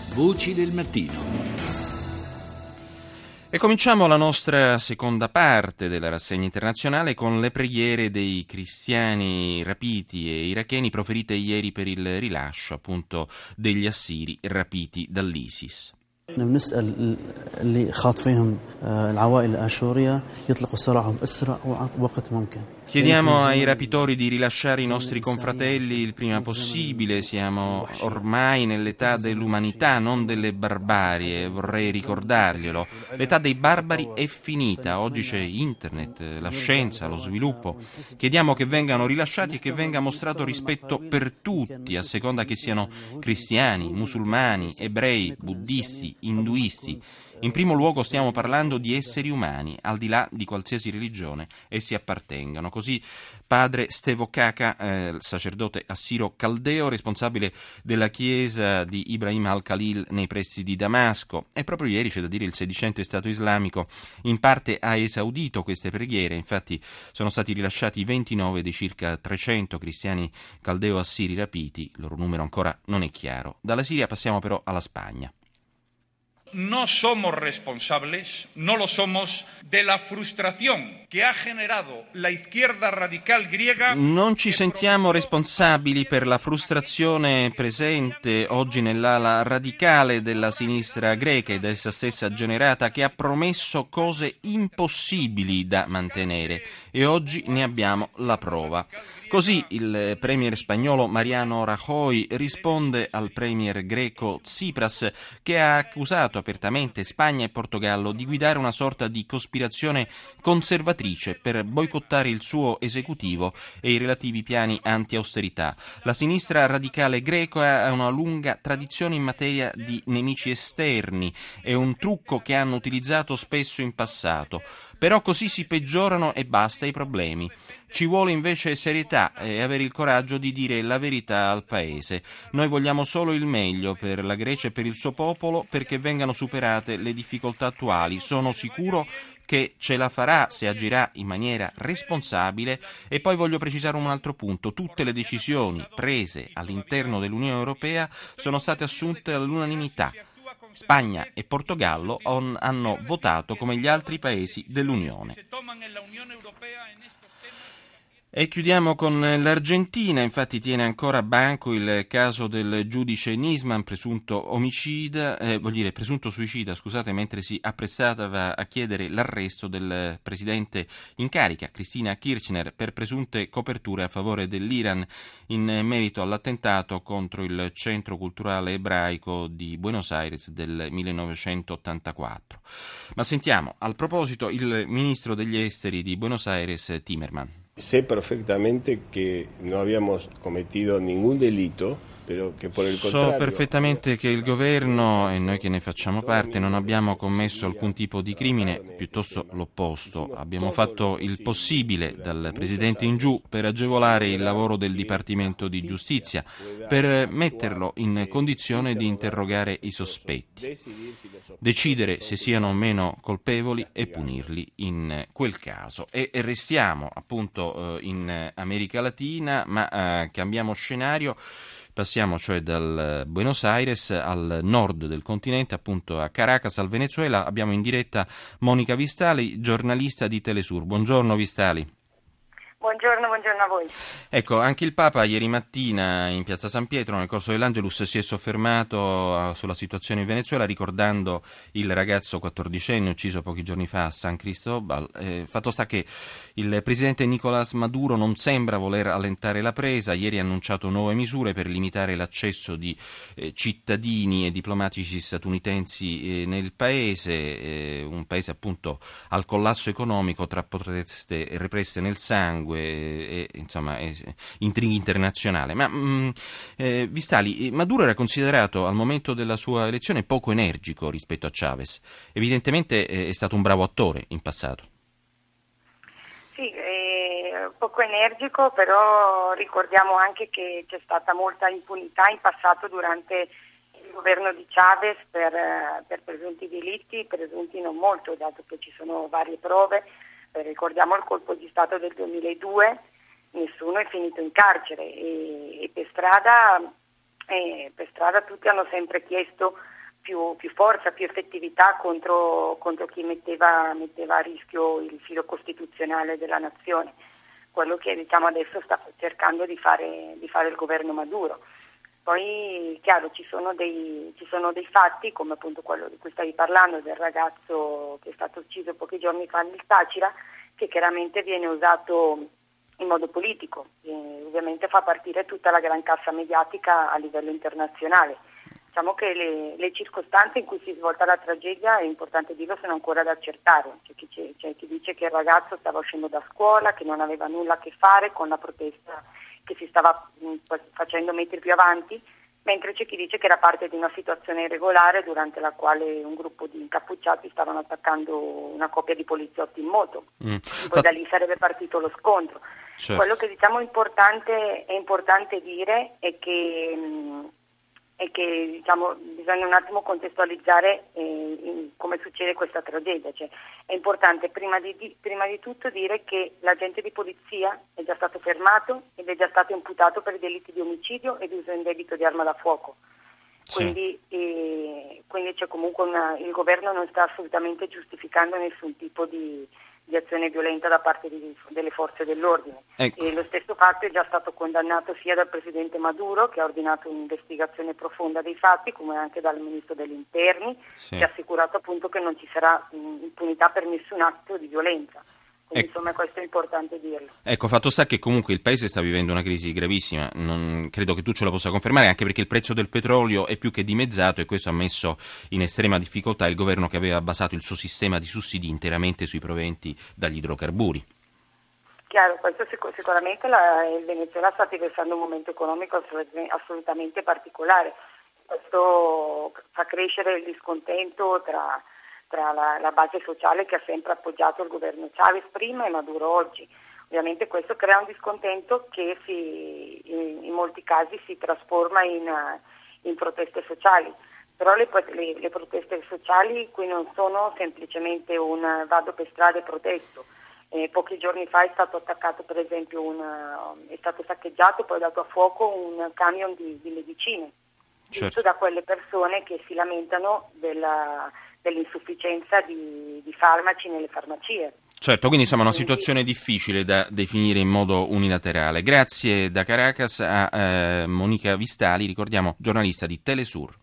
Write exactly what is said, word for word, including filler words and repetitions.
Voci del mattino. E cominciamo la nostra seconda parte della rassegna internazionale con le preghiere dei cristiani rapiti e iracheni proferite ieri per il rilascio appunto degli assiri rapiti dall'ISIS. بنسأل اللي خاطفيهم العوائل الآشورية يطلقوا سراحهم أسرع وقت ممكن. Chiediamo ai rapitori di rilasciare i nostri confratelli il prima possibile. Siamo ormai nell'età dell'umanità, non delle barbarie, vorrei ricordarglielo. L'età dei barbari è finita, oggi c'è internet, la scienza, lo sviluppo. Chiediamo che vengano rilasciati e che venga mostrato rispetto per tutti, a seconda che siano cristiani, musulmani, ebrei, buddisti, induisti. In primo luogo stiamo parlando di esseri umani, al di là di qualsiasi religione essi appartengano. Così padre Stevo Kaka, eh, sacerdote assiro-caldeo, responsabile della chiesa di Ibrahim al-Khalil nei pressi di Damasco. E proprio ieri, c'è da dire, il sedicente Stato islamico in parte ha esaudito queste preghiere. Infatti sono stati rilasciati ventinove dei circa trecento cristiani caldeo-assiri rapiti. Il loro numero ancora non è chiaro. Dalla Siria passiamo però alla Spagna. No somos responsables, no lo somos, de la frustración que ha generado la izquierda radical griega. Non ci sentiamo responsabili per la frustrazione presente oggi nell'ala radicale della sinistra greca ed essa stessa generata, che ha promesso cose impossibili da mantenere, e oggi ne abbiamo la prova. Così il premier spagnolo Mariano Rajoy risponde al premier greco Tsipras, che ha accusato apertamente Spagna e Portogallo di guidare una sorta di cospirazione conservatrice per boicottare il suo esecutivo e i relativi piani anti-austerità. La sinistra radicale greca ha una lunga tradizione in materia di nemici esterni, è un trucco che hanno utilizzato spesso in passato, però così si peggiorano e basta i problemi. Ci vuole invece serietà e avere il coraggio di dire la verità al paese. Noi vogliamo solo il meglio per la Grecia e per il suo popolo, perché vengano superate le difficoltà attuali. Sono sicuro che ce la farà se agirà in maniera responsabile. E poi voglio precisare un altro punto: tutte le decisioni prese all'interno dell'Unione Europea sono state assunte all'unanimità. Spagna e Portogallo on, hanno votato come gli altri paesi dell'Unione. E chiudiamo con l'Argentina. Infatti tiene ancora a banco il caso del giudice Nisman, presunto omicida, eh, voglio dire presunto suicida, scusate, mentre si apprestava a chiedere l'arresto del presidente in carica, Cristina Kirchner, per presunte coperture a favore dell'Iran in merito all'attentato contro il centro culturale ebraico di Buenos Aires del millenovecentottantaquattro. Ma sentiamo, al proposito, il ministro degli esteri di Buenos Aires, Timerman. Sé perfectamente que no habíamos cometido ningún delito. So perfettamente che il governo e noi che ne facciamo parte non abbiamo commesso alcun tipo di crimine, piuttosto l'opposto. Abbiamo fatto il possibile dal Presidente in giù per agevolare il lavoro del Dipartimento di Giustizia, per metterlo in condizione di interrogare i sospetti, decidere se siano o meno colpevoli e punirli in quel caso. E restiamo appunto in America Latina, ma eh, cambiamo scenario. Passiamo cioè dal Buenos Aires al nord del continente, appunto a Caracas, al Venezuela. Abbiamo in diretta Monica Vistali, giornalista di Telesur. Buongiorno Vistali. Buongiorno, buongiorno a voi. Ecco, anche il Papa ieri mattina in Piazza San Pietro, nel corso dell'Angelus, si è soffermato sulla situazione in Venezuela, ricordando il ragazzo quattordicenne ucciso pochi giorni fa a San Cristobal. Eh, fatto sta che il presidente Nicolás Maduro non sembra voler allentare la presa. Ieri ha annunciato nuove misure per limitare l'accesso di eh, cittadini e diplomatici statunitensi eh, nel paese, eh, un paese appunto al collasso economico tra proteste represse nel sangue e, insomma, e, intrighi internazionali. Ma mh, eh, Vistali, Maduro era considerato al momento della sua elezione poco energico rispetto a Chavez. Evidentemente eh, è stato un bravo attore in passato. Sì, eh, poco energico, però ricordiamo anche che c'è stata molta impunità in passato durante il governo di Chavez per, per presunti delitti, presunti non molto, dato che ci sono varie prove. Eh, ricordiamo il colpo di Stato del duemiladue, nessuno è finito in carcere e, e per strada, eh, per strada tutti hanno sempre chiesto più, più forza, più effettività contro, contro chi metteva, metteva a rischio il filo costituzionale della nazione, quello che diciamo adesso sta cercando di fare, di fare il governo Maduro. Poi chiaro ci sono, dei, ci sono dei fatti come appunto quello di cui stavi parlando, del ragazzo che è stato ucciso pochi giorni fa nel Táchira, che chiaramente viene usato in modo politico, e ovviamente fa partire tutta la gran cassa mediatica a livello internazionale. Diciamo che le, le circostanze in cui si è svolta la tragedia, è importante dirlo, sono ancora da accertare. C'è chi, c'è, c'è chi dice che il ragazzo stava uscendo da scuola, che non aveva nulla a che fare con la protesta che si stava mh, facendo metri più avanti, mentre c'è chi dice che era parte di una situazione irregolare durante la quale un gruppo di incappucciati stavano attaccando una coppia di poliziotti in moto. Mm. Poi da lì sarebbe partito lo scontro. Certo. Quello che diciamo importante, è importante dire è che mh, e che diciamo bisogna un attimo contestualizzare eh, in, come succede questa tragedia. Cioè, è importante prima di, di, prima di tutto dire che l'agente di polizia è già stato fermato ed è già stato imputato per delitti di omicidio ed uso indebito di arma da fuoco. Sì. Quindi, eh, quindi c'è comunque una, il governo non sta assolutamente giustificando nessun tipo di di azione violenta da parte di, delle forze dell'ordine. Ecco. E lo stesso fatto è già stato condannato sia dal presidente Maduro, che ha ordinato un'investigazione profonda dei fatti, come anche dal ministro degli interni, sì. che ha assicurato appunto che non ci sarà mh, impunità per nessun atto di violenza. Quindi, ecco. Insomma, questo è importante dirlo. Ecco, fatto sta che comunque il paese sta vivendo una crisi gravissima, non credo che tu ce la possa confermare, anche perché il prezzo del petrolio è più che dimezzato e questo ha messo in estrema difficoltà il governo che aveva basato il suo sistema di sussidi interamente sui proventi dagli idrocarburi. Chiaro, questo sic- sicuramente la, il Venezuela sta attraversando un momento economico assolutamente particolare. Questo fa crescere il discontento tra tra la, la base sociale che ha sempre appoggiato il governo Chavez prima e Maduro oggi. Ovviamente questo crea un discontento che si, in, in molti casi si trasforma in, in proteste sociali, però le, le, le proteste sociali qui non sono semplicemente un vado per strada e protesto. Eh, pochi giorni fa è stato attaccato per esempio, un, è stato saccheggiato, poi dato a fuoco un camion di, di medicine, certo. Giusto da quelle persone che si lamentano della dell'insufficienza di, di farmaci nelle farmacie. Certo, quindi insomma una situazione difficile da definire in modo unilaterale. Grazie da Caracas a eh, Monica Vistali, ricordiamo giornalista di Telesur.